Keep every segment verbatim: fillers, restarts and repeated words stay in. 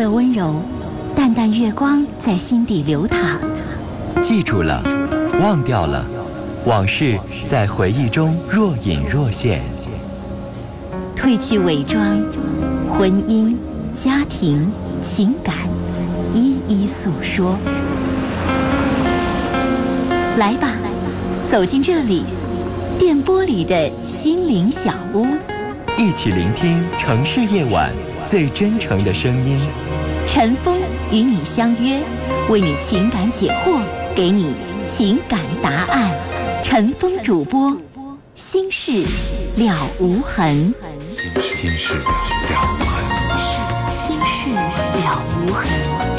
色温柔，淡淡月光在心底流淌。 记住了，忘掉了，往事在回忆中若隐若现。 褪去伪装，婚姻、家庭、情感，一一诉说。来吧，走进这里，电波里的心灵小屋， 一起聆听城市夜晚最真诚的声音。 陈峰与你相约，为你情感解惑，给你情感答案。陈峰主播，心事了无痕。 心心事了无痕， 心事了无痕。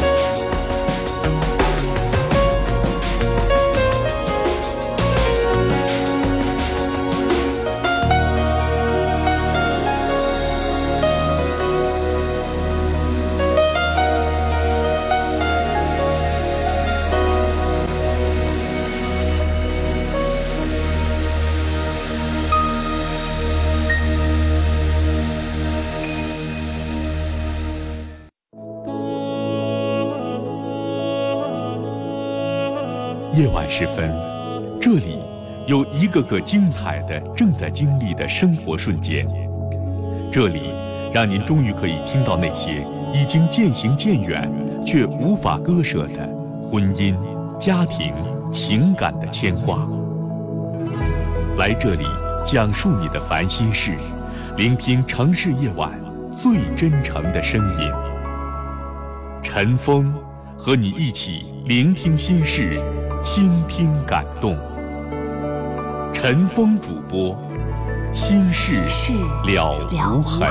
夜晚时分，这里有一个个精彩的正在经历的生活瞬间，这里让您终于可以听到那些已经渐行渐远却无法割舍的婚姻、家庭、情感的牵挂。来这里讲述你的烦心事，聆听城市夜晚最真诚的声音。陈峰和你一起聆听心事，倾听感动。陈峰主播，心事了无痕。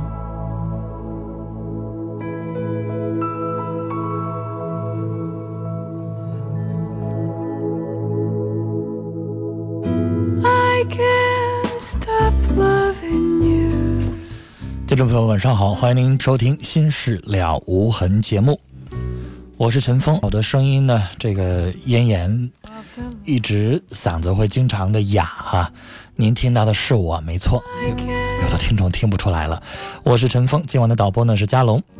听众朋友晚上好，欢迎您收听《心事了无痕》节目，我是陈峰。我的声音呢，这个咽炎，一直嗓子会经常的哑哈。您听到的是我，没错，有的听众听不出来了。我是陈峰，今晚的导播呢是嘉龙。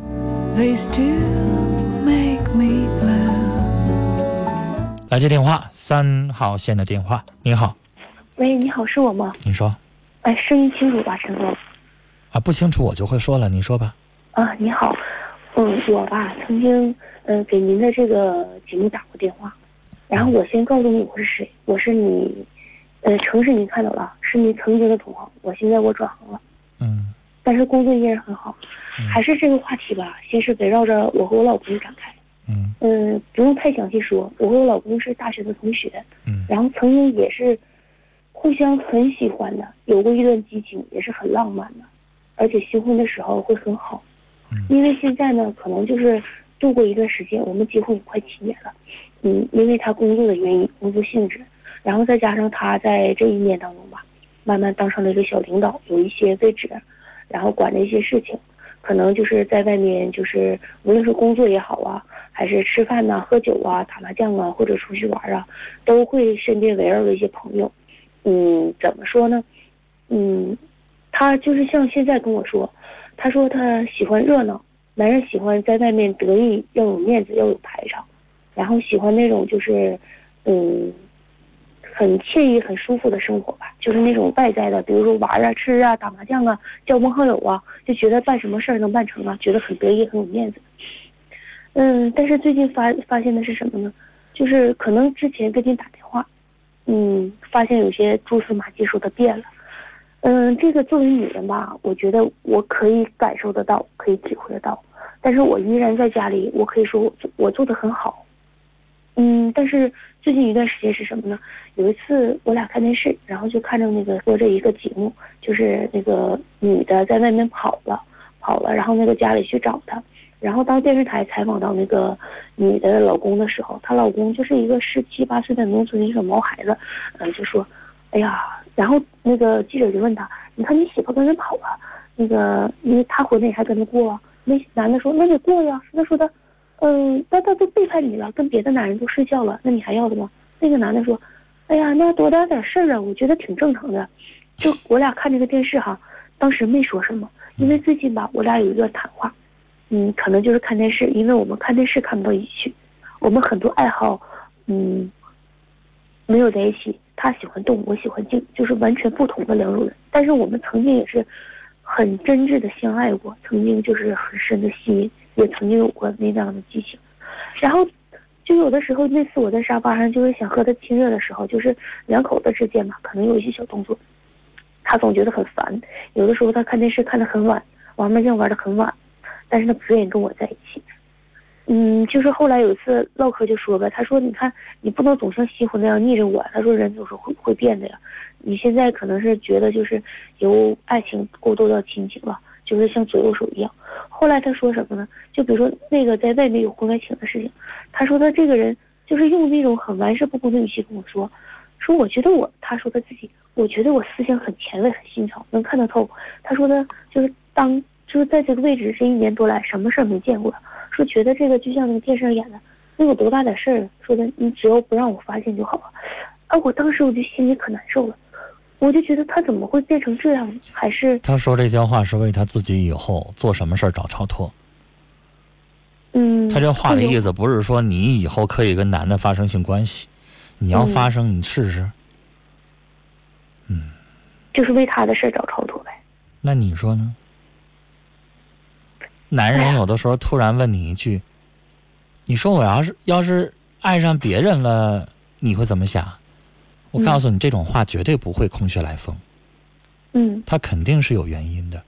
来接电话，三号线的电话。您好。 喂，你好，是我吗？ 您说。 哎，声音清楚吧，陈峰？ 啊，不清楚我就会说了，你说吧。 啊，你好，嗯，我吧曾经嗯、呃、给您的这个节目打过电话，然后我先告诉你我是谁，我是你，呃，城市你看到了，是你曾经的同行，我现在我转行了， 嗯， 但是工作依然很好，嗯、还是这个话题吧，先是围绕着我和我老公展开， 嗯嗯、呃，不用太详细说，我和我老公是大学的同学， 嗯， 然后曾经也是互相很喜欢的，有过一段激情，也是很浪漫的。而且新婚的时候会很好，因为现在呢，可能就是度过一段时间，我们结婚也快七年了，嗯，因为他工作的原因，工作性质，然后再加上他在这一年当中吧，慢慢当上了一个小领导，有一些位置，然后管着一些事情，可能就是在外面，就是无论是工作也好啊，还是吃饭呐、啊、喝酒啊、打麻将啊，或者出去玩啊，都会身边围绕着一些朋友，嗯，怎么说呢，嗯。他就是像现在跟我说，他说他喜欢热闹，男人喜欢在外面得意，要有面子，要有排场，然后喜欢那种就是，嗯，很惬意、很舒服的生活吧，就是那种外在的，比如说玩啊、吃啊、打麻将啊、交朋好友啊，就觉得办什么事儿能办成啊，觉得很得意、很有面子。嗯，但是最近发发现的是什么呢？就是可能之前跟您打电话，嗯，发现有些蛛丝马迹说他变了。嗯，这个作为女人吧，我觉得我可以感受得到，可以体会得到，但是我依然在家里，我可以说我做我做得很好。嗯，但是最近一段时间是什么呢？有一次我俩看电视，然后就看着那个说这一个节目，就是那个女的在外面跑了，跑了，然后那个家里去找她，然后当电视台采访到那个女的老公的时候，她老公就是一个十七八岁的农村一个毛孩子，嗯，就说，哎呀。然后那个记者就问他，你看你媳妇跟人跑了，那个因为他婚内还跟他过啊，那男的说那你过呀，那说他，嗯，那他都背叛你了，跟别的男人都睡觉了，那你还要的吗？那个男的说，哎呀，那多大点事儿啊，我觉得挺正常的。就我俩看这个电视哈，当时没说什么，因为最近吧，我俩有一段谈话， 嗯，可能就是看电视，因为我们看电视看不到一起去，我们很多爱好，嗯，没有在一起。他喜欢动，我喜欢静，就是完全不同的两种人。但是我们曾经也是很真挚的相爱过，曾经就是很深的吸引，也曾经有过那样的激情。然后就有的时候，那次我在沙发上就是想和他亲热的时候，就是两口子之间嘛，可能有一些小动作，他总觉得很烦。有的时候他看电视看得很晚，玩麻将玩得很晚，但是他不愿意跟我在一起。嗯，就是后来有一次唠嗑就说呗，他说你看你不能总像西湖那样逆着我，他说人总是会会变的呀，你现在可能是觉得就是由爱情过渡到亲情了，就是像左右手一样。后来他说什么呢，就比如说那个在外面有婚外情的事情，他说他这个人就是用那种很玩世不恭的语气跟我说，说我觉得我，他说他自己，我觉得我思想很前卫很新潮，能看得透。他说他就是当就是在这个位置这一年多来什么事儿没见过，说觉得这个就像那个电视上演的，那有多大点事儿？说的你只要不让我发现就好了。啊，我当时我就心里可难受了，我就觉得他怎么会变成这样？还是他说这些话是为他自己以后做什么事儿找超脱。 嗯， 他这话的意思不是说你以后可以跟男的发生性关系，你要发生你试试。嗯， 就是为他的事儿找超脱呗。 那你说呢？男人有的时候突然问你一句，你说我要是要是爱上别人了，你会怎么想？我告诉你，这种话绝对不会空穴来风。 嗯， 他肯定是有原因的。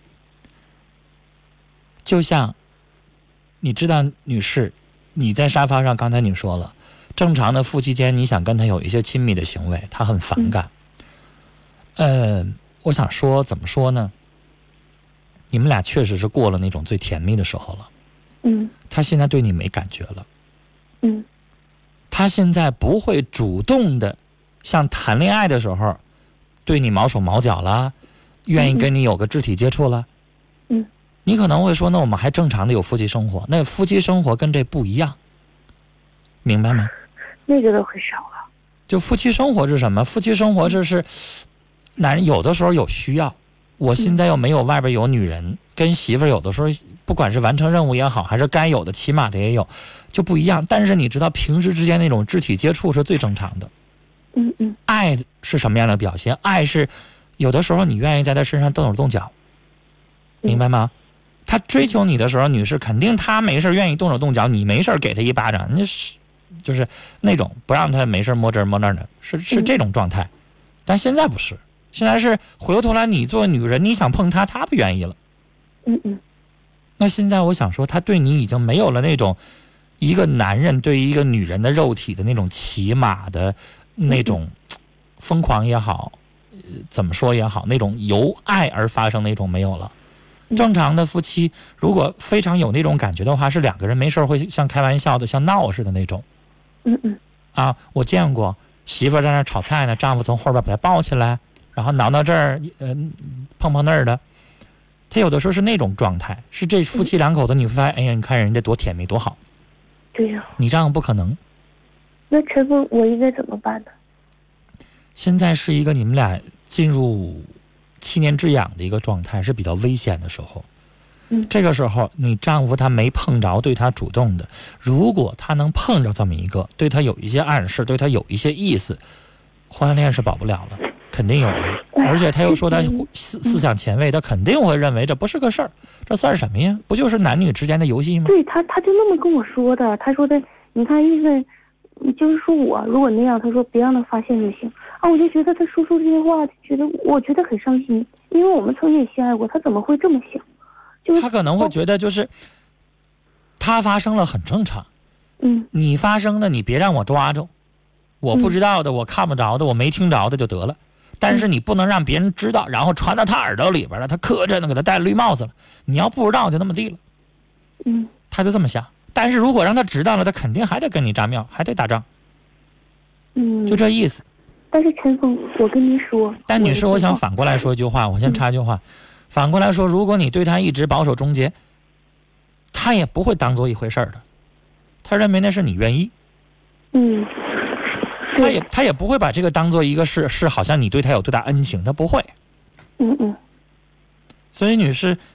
就像你知道，女士，你在沙发上，刚才你说了，正常的夫妻间，你想跟他有一些亲密的行为，他很反感。嗯、呃，我想说，怎么说呢？你们俩确实是过了那种最甜蜜的时候了。 嗯， 他现在对你没感觉了。 嗯， 他现在不会主动的像谈恋爱的时候对你毛手毛脚了，愿意跟你有个肢体接触了。 嗯， 你可能会说，那我们还正常的有夫妻生活，那夫妻生活跟这不一样，明白吗？ 那个都很少了。 就夫妻生活是什么？夫妻生活这是男人有的时候有需要，我现在又没有外边有女人，跟媳妇儿有的时候不管是完成任务也好，还是该有的起码的也有，就不一样。但是你知道，平时之间那种肢体接触是最正常的。 嗯嗯， 爱是什么样的表现？爱是有的时候你愿意在他身上动手动脚，明白吗？他追求你的时候，女士肯定他没事愿意动手动脚，你没事给他一巴掌，那是就是那种不让他没事摸这儿摸那儿的，是是这种状态。但现在不是，现在是回过头来，你作为女人，你想碰他，他不愿意了。 嗯嗯。 那现在我想说，他对你已经没有了那种一个男人对一个女人的肉体的那种骑马的那种疯狂也好，怎么说也好，那种由爱而发生那种没有了。正常的夫妻如果非常有那种感觉的话，是两个人没事会像开玩笑的，像闹似的那种。 嗯嗯。 啊，我见过媳妇在那炒菜呢，丈夫从后边把她抱起来，然后挠挠这儿，呃，碰碰那儿的。他有的时候是那种状态，是这夫妻两口子，你会发现，哎呀，你看人家多甜蜜多好。 对呀。 你这样不可能。 那陈峰，我应该怎么办呢？ 现在是一个你们俩进入七年之痒的一个状态，是比较危险的时候。 嗯， 这个时候你丈夫他没碰着对他主动的，如果他能碰着这么一个，对他有一些暗示，对他有一些意思，婚外恋是保不了了，肯定有的。而且他又说他思思想前卫，他肯定会认为这不是个事儿，这算什么呀？不就是男女之间的游戏吗？ 对他，他就那么跟我说的。他说的，你看意思，就是说我如果那样，他说别让他发现就行啊。我就觉得他说出这些话，觉得我觉得很伤心，因为我们曾经也相爱过，他怎么会这么想？就是他可能会觉得就是他发生了很正常， 嗯， 你发生的你别让我抓着，我不知道的，我看不着的，我没听着的就得了。但是你不能让别人知道，然后传到他耳朵里边了，他磕碜的给他戴绿帽子了。你要不知道就那么地了。 嗯， 他就这么想。但是如果让他知道了，他肯定还得跟你炸庙，还得打仗。 嗯， 就这意思。 但是陈峰，我跟您说， 但女士，我想反过来说一句话，我先插一句话。反过来说，如果你对他一直保守终结，他也不会当做一回事儿的，他认为那是你愿意。 嗯， 他也他也不会把这个当做一个是是好像你对他有多大恩情，他不会。 嗯嗯。 所以女士，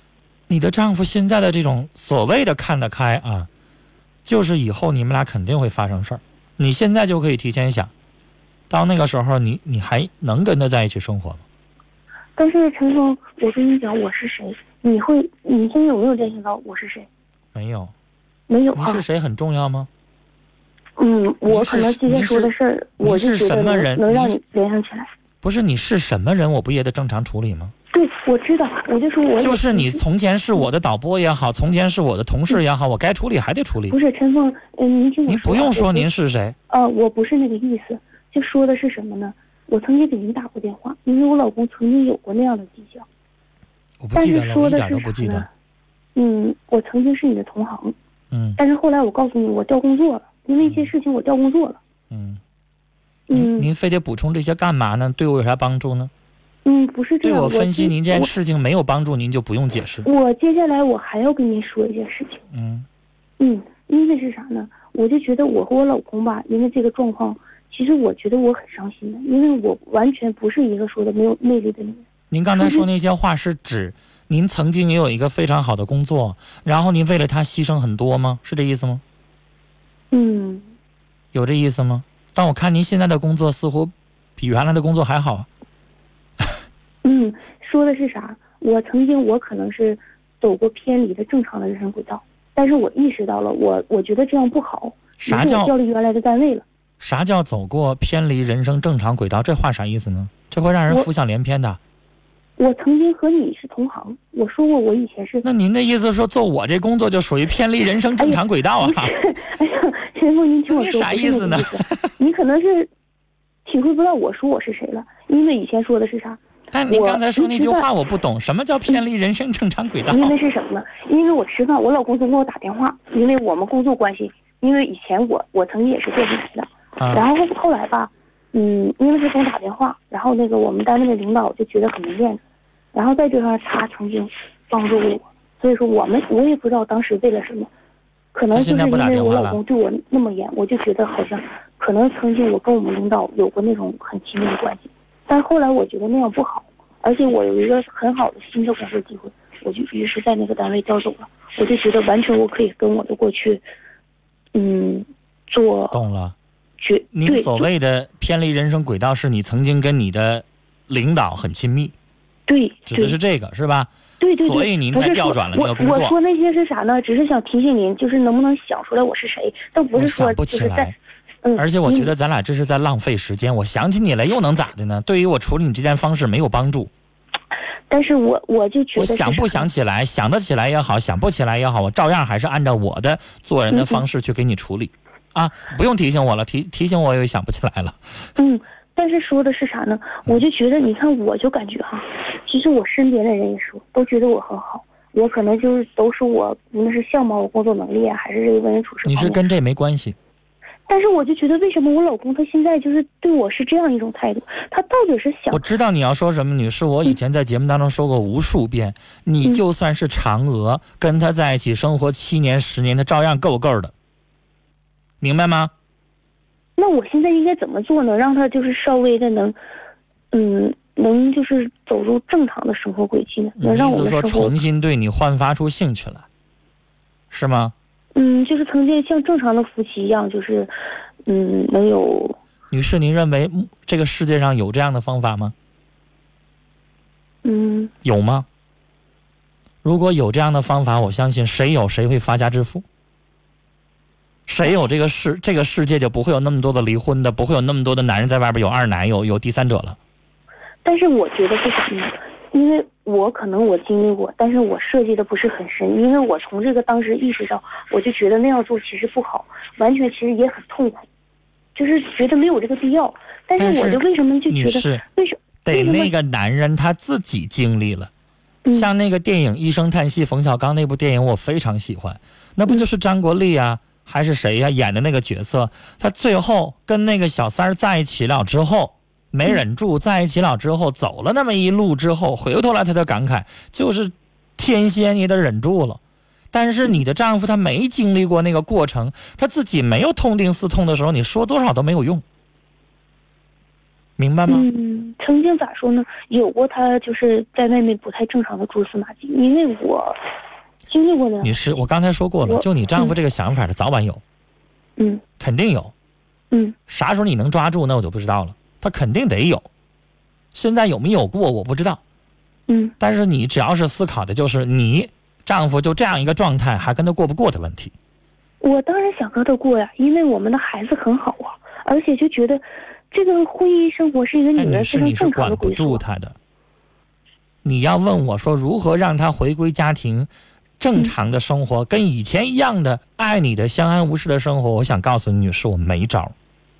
你的丈夫现在的这种所谓的看得开啊，就是以后你们俩肯定会发生事儿。你现在就可以提前想，到那个时候你你还能跟他在一起生活吗？ 但是陈峰，我跟你讲我是谁，你会你现在有没有联想到我是谁？ 没有。 没有。 你是谁很重要吗？ 嗯，我可能今天说的事儿，我就觉得能能让你联想起来。 不是，你是什么人，我不也得正常处理吗？ 对，我知道，我就说我就是你从前是我的导播也好，从前是我的同事也好，我该处理还得处理。 不是陈峰，嗯，您听我说。 您不用说您是谁。 呃，我不是那个意思，就说的是什么呢？我曾经给您打过电话，因为我老公曾经有过那样的迹象。 我不记得了，我一点都不记得。 嗯，我曾经是你的同行。 嗯。 但是后来我告诉你，我调工作了，因为一些事情我调工作了。 嗯。您您非得补充这些干嘛呢？对我有啥帮助呢？ 嗯，不是这样。 对我分析您这件事情没有帮助，您就不用解释。 我接下来我还要跟您说一件事情。 嗯。 嗯，因为是啥呢？我就觉得我和我老公吧，因为这个状况，其实我觉得我很伤心的，因为我完全不是一个说的没有魅力的女人。 您刚才说那些话是指您曾经也有一个非常好的工作，然后您为了他牺牲很多吗？是这意思吗？ 嗯。 有这意思吗？但我看您现在的工作似乎比原来的工作还好。 嗯，说的是啥？我曾经我可能是走过偏离的正常的人生轨道，但是我意识到了，我我觉得这样不好。 啥叫调离原来的单位了？ 啥叫走过偏离人生正常轨道？这话啥意思呢？这会让人浮想联翩的。 我, 我曾经和你是同行，我说过我以前是。 那您的意思说做我这工作就属于偏离人生正常轨道啊？ 哎呀，哎呀陈峰，您听我说， 啥意思呢？ 你可能是体会不到我说我是谁了，因为以前说的是啥？ 但您刚才说那句话我不懂，什么叫偏离人生正常轨道？ 因为是什么呢？因为我吃饭，我老公总给我打电话，因为我们工作关系，因为以前我我曾经也是做电台的， 啊、 然后后来吧，嗯，因为是总打电话，然后那个我们单位的领导就觉得很没面子，然后再加上他曾经帮助我，所以说我们我也不知道当时为了什么，可能就是因为我老公对我那么严，我就觉得好像可能曾经我跟我们领导有过那种很亲密的关系。但后来我觉得那样不好，而且我有一个很好的新的工作机会，我就于是在那个单位调走了。我就觉得完全我可以跟我的过去，嗯，做懂了。 绝您所谓的偏离人生轨道，是你曾经跟你的领导很亲密， 对， 指的是这个是吧？ 对对对。 所以您才调转了那个工作。 我, 我说那些是啥呢？只是想提醒您，就是能不能想出来我是谁，但不是说就是在。 嗯，而且我觉得咱俩这是在浪费时间。我想起你来又能咋的呢？对于我处理你这件方式没有帮助。 但是我我就觉得， 我想不想起来，想得起来也好，想不起来也好，我照样还是按照我的做人的方式去给你处理。嗯、啊，不用提醒我了，提提醒我也想不起来了。 嗯，但是说的是啥呢？我就觉得，你看，我就感觉哈，其实我身边的人也说，都觉得我很好。我可能就是都是我，无论是相貌、我工作能力啊，还是这个为人处事方面。 你是跟这没关系。 但是我就觉得，为什么我老公他现在就是对我是这样一种态度？他到底是想…… 我知道你要说什么，女士，我以前在节目当中说过无数遍，嗯、你就算是嫦娥，跟他在一起生活七年十年，他照样够够的，明白吗？ 那我现在应该怎么做呢？让他就是稍微的能，嗯，能就是走入正常的生活轨迹呢？能让我们说重新对你焕发出兴趣来，是吗？ 嗯，就是曾经像正常的夫妻一样，就是，嗯，能有。 女士，您认为这个世界上有这样的方法吗？ 嗯。 有吗？如果有这样的方法，我相信谁有谁会发家致富。谁有这个世这个世界就不会有那么多的离婚的，不会有那么多的男人在外边有二奶有有第三者了。 但是我觉得是啥呢？因为我可能我经历过，但是我设计的不是很深，因为我从这个当时意识到，我就觉得那样做其实不好，完全其实也很痛苦，就是觉得没有这个必要。但是我就为什么就觉得为什么得那个男人他自己经历了、嗯、像那个电影《一声叹息》，冯小刚那部电影我非常喜欢，那不就是张国立啊、嗯、还是谁呀、啊、演的那个角色，他最后跟那个小三儿在一起了之后没忍住，在一起了之后走了那么一路之后，回过头来他就感慨，就是天蝎你得忍住了。但是你的丈夫他没经历过那个过程，他自己没有痛定思痛的时候，你说多少都没有用，明白吗？ 嗯， 嗯，曾经咋说呢？有过他就是在外面不太正常的蛛丝马迹，因为我经历过呢。 女士，我刚才说过了，就你丈夫这个想法的，早晚有， 嗯， 肯定有， 嗯， 啥时候你能抓住，那我就不知道了。他肯定得有，现在有没有过我不知道， 嗯， 但是你只要是思考的就是你丈夫就这样一个状态，还跟他过不过的问题。 我当然想和他过呀，因为我们的孩子很好啊，而且就觉得这个婚姻生活是一个女人非常正常的归属。 但你是你是管不住他的。你要问我说如何让他回归家庭，正常的生活，嗯、跟以前一样的爱你的相安无事的生活，我想告诉你，女士，我没招，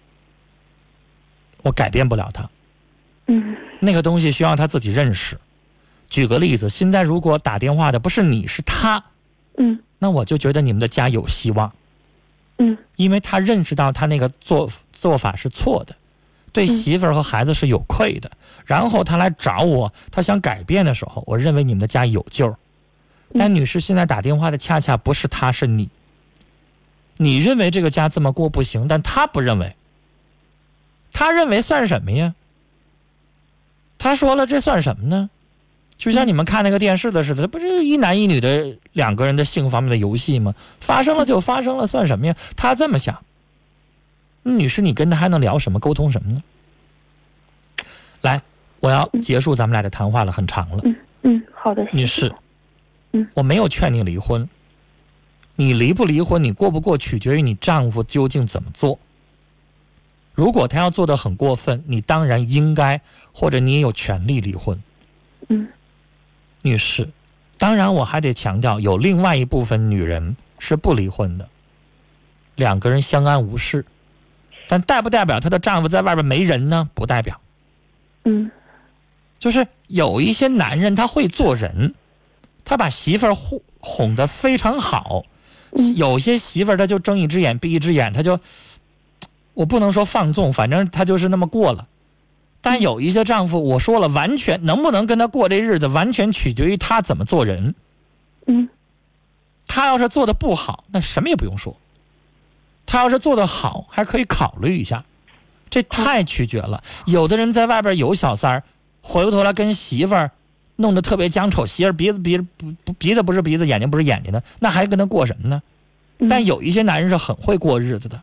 我改变不了他。 嗯， 那个东西需要他自己认识。举个例子，现在如果打电话的不是你是他， 嗯， 那我就觉得你们的家有希望。 嗯， 因为他认识到他那个做做法是错的，对媳妇儿和孩子是有愧的，嗯、然后他来找我，他想改变的时候，我认为你们的家有救。但女士现在打电话的恰恰不是他，是你。你认为这个家这么过不行，但他不认为。他认为算什么呀？他说了，这算什么呢？就像你们看那个电视的似的，不是一男一女的两个人的性方面的游戏吗？发生了就发生了，算什么呀？他这么想。女士，你跟他还能聊什么，沟通什么呢？来，我要结束咱们俩的谈话了，很长了。 嗯嗯，好的， 女士， 嗯， 我没有劝你离婚，你离不离婚，你过不过，取决于你丈夫究竟怎么做。如果他要做得很过分，你当然应该，或者你也有权利离婚。 嗯， 女士，当然我还得强调，有另外一部分女人是不离婚的，两个人相安无事，但代不代表她的丈夫在外边没人呢？不代表。 嗯， 就是有一些男人他会做人，他把媳妇儿哄得非常好， 嗯、 有些媳妇儿他就睁一只眼闭一只眼，他就我不能说放纵，反正他就是那么过了。但有一些丈夫，我说了，完全能不能跟他过这日子，完全取决于他怎么做人。 嗯， 他要是做的不好，那什么也不用说；他要是做的好，还可以考虑一下。这太取决了。有的人在外边有小三儿，回过头来跟媳妇儿弄得特别僵丑，媳妇儿鼻子鼻子不鼻子不是鼻子，眼睛不是眼睛的，那还跟他过什么呢？但有一些男人是很会过日子的。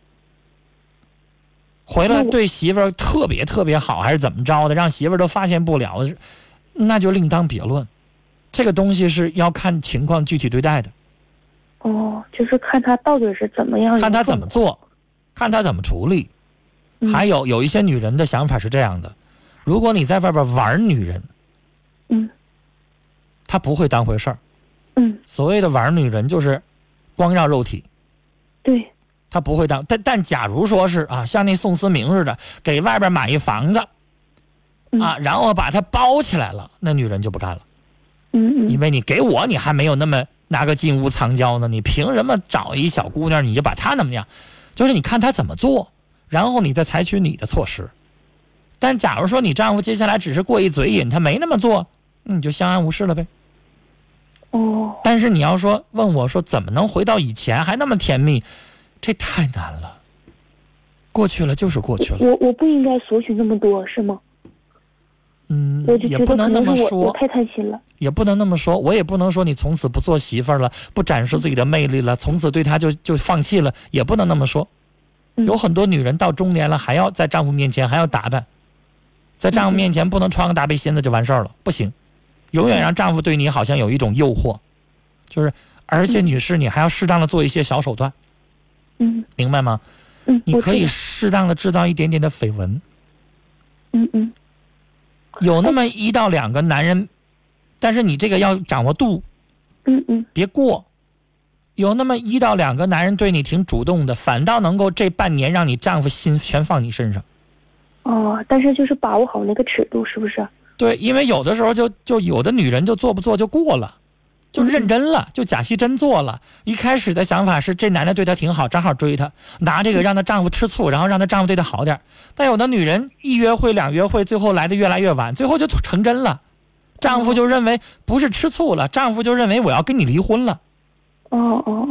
回来对媳妇儿特别特别好，还是怎么着的，让媳妇儿都发现不了，那就另当别论。这个东西是要看情况具体对待的。 哦，就是看他到底是怎么样， 看他怎么做，看他怎么处理。 嗯、 还有有一些女人的想法是这样的：如果你在外边玩女人， 嗯， 她不会当回事儿。 嗯， 所谓的玩女人就是光让肉体。 对。 他不会当，但但假如说是啊，像那宋思明似的，给外边买一房子，啊，然后把它包起来了，那女人就不干了。 嗯嗯。 因为你给我，你还没有那么拿个金屋藏娇呢，你凭什么找一小姑娘，你就把她那么样？就是你看她怎么做，然后你再采取你的措施。但假如说你丈夫接下来只是过一嘴瘾，他没那么做，那你就相安无事了呗。 哦。 但是你要说问我说怎么能回到以前还那么甜蜜？这太难了，过去了就是过去了。 我我不应该索取那么多，是吗？ 嗯， 我就觉得也不能那么说， 我太贪心了。 也不能那么说，我也不能说你从此不做媳妇儿了，不展示自己的魅力了，从此对他就就放弃了，也不能那么说。有很多女人到中年了，还要在丈夫面前还要打扮，在丈夫面前不能穿个大背心子就完事儿了，不行，永远让丈夫对你好像有一种诱惑，就是而且女士你还要适当的做一些小手段。 嗯， 明白吗？ 嗯， 你可以适当的制造一点点的绯闻。 嗯嗯， 有那么一到两个男人，但是你这个要掌握度。 嗯嗯， 别过。有那么一到两个男人对你挺主动的，反倒能够这半年让你丈夫心全放你身上。 哦，但是就是把握好那个尺度，是不是？ 对，因为有的时候就就有的女人就做不做就过了。就认真了，就假戏真做了。一开始的想法是这男的对她挺好，正好追她，拿这个让她丈夫吃醋，然后让她丈夫对她好点。但有的女人一约会两约会，最后来的越来越晚，最后就成真了。丈夫就认为不是吃醋了，丈夫就认为我要跟你离婚了。 哦哦哦，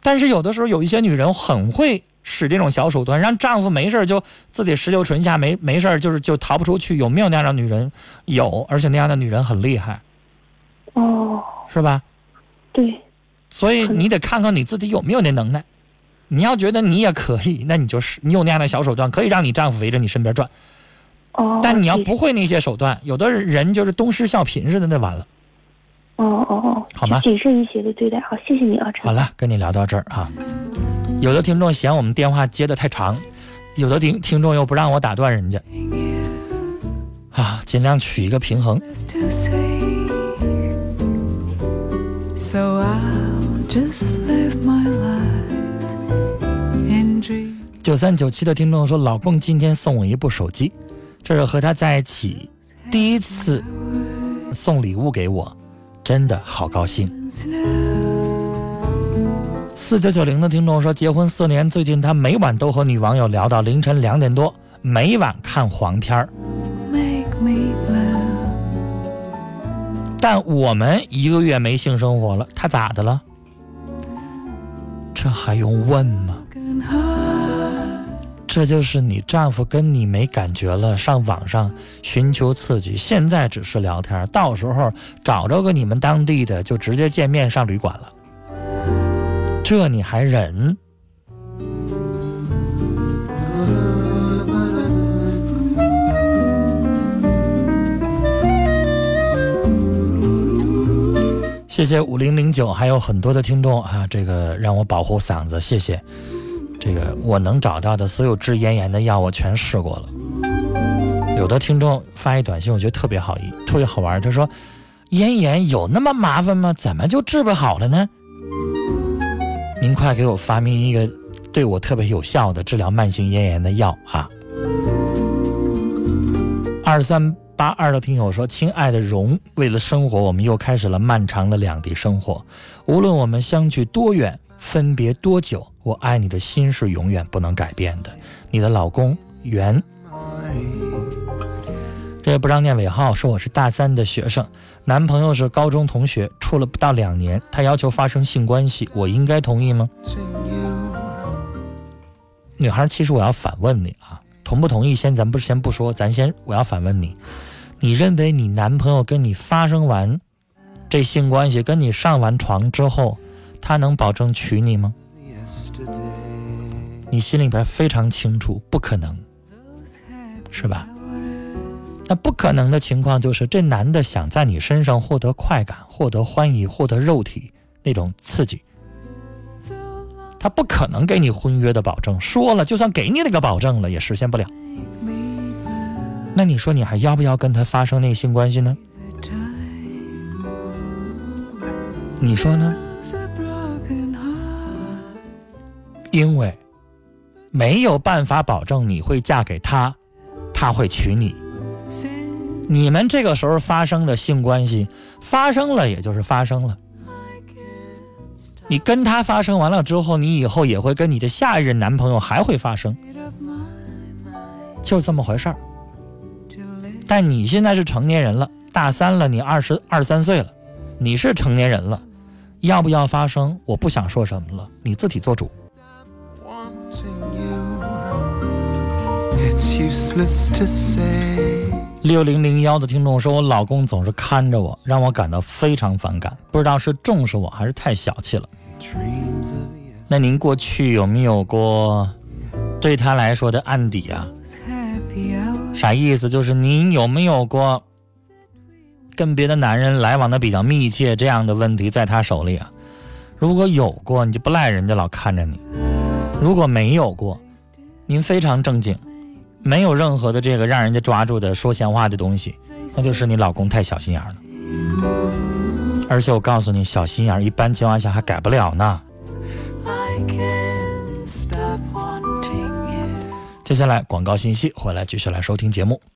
但是有的时候有一些女人很会使这种小手段，让丈夫没事就自己石榴唇下，没没事就是就逃不出去。有没有那样的女人？有，而且那样的女人很厉害。 哦， 是吧？ 对。 所以你得看看你自己有没有那能耐。你要觉得你也可以，那你就是你有那样的小手段，可以让你丈夫围着你身边转。 哦。 但你要不会那些手段，有的人就是东施效颦似的，那完了。 哦哦哦， 好吗？ 谨慎一些的对待。好，谢谢你啊，陈。 好了，跟你聊到这儿啊。有的听众嫌我们电话接得太长，有的听听众又不让我打断人家啊，尽量取一个平衡。So I'll just live my life in dream. 九三九七的听众说，老公今天送我一部手机，这是和他在一起第一次送礼物给我，真的好高兴。四九九零的听众说，结婚四年，最近他每晚都和女网友聊到凌晨两点多，每晚看黄片儿。但我们一个月没性生活了，他咋的了？这还用问吗？这就是你丈夫跟你没感觉了，上网上寻求刺激，现在只是聊天，到时候找着个你们当地的就直接见面上旅馆了，这你还忍？谢谢五零零九，还有很多的听众啊，这个让我保护嗓子，谢谢。这个我能找到的所有治咽炎的药我全试过了。有的听众发一短信，我觉得特别好意，特别好玩，他说咽炎有那么麻烦吗？怎么就治不好了呢？您快给我发明一个对我特别有效的治疗慢性咽炎的药啊。二三八二的听友说，亲爱的荣，为了生活，我们又开始了漫长的两地生活。无论我们相距多远，分别多久，我爱你的心是永远不能改变的。你的老公袁。这也不让念尾号，说我是大三的学生，男朋友是高中同学，处了不到两年，他要求发生性关系，我应该同意吗？女孩，其实我要反问你啊，同不同意先咱不先不说，咱先我要反问你，你认为你男朋友跟你发生完这性关系，跟你上完床之后，他能保证娶你吗？你心里边非常清楚，不可能，是吧？那不可能的情况就是这男的想在你身上获得快感，获得欢愉，获得肉体那种刺激，他不可能给你婚约的保证，说了就算给你那个保证了也实现不了。那你说你还要不要跟他发生那个性关系呢？你说呢？因为没有办法保证你会嫁给他，他会娶你。你们这个时候发生的性关系发生了也就是发生了，你跟他发生完了之后，你以后也会跟你的下一任男朋友还会发生，就这么回事儿。但你现在是成年人了，大三了，你二十二三岁了，你是成年人了，要不要发生我不想说什么了，你自己做主。六零零一的听众说，我老公总是看着我，让我感到非常反感，不知道是重视我还是太小气了。那您过去有没有过对他来说的案底啊？啥意思？就是您有没有过跟别的男人来往的比较密切这样的问题在他手里啊？如果有过，你就不赖人家老看着你；如果没有过，您非常正经，没有任何的这个让人家抓住的说闲话的东西，那就是你老公太小心眼了。而且我告诉你，小心眼一般情况下还改不了呢。接下来广告信息，回来继续来收听节目。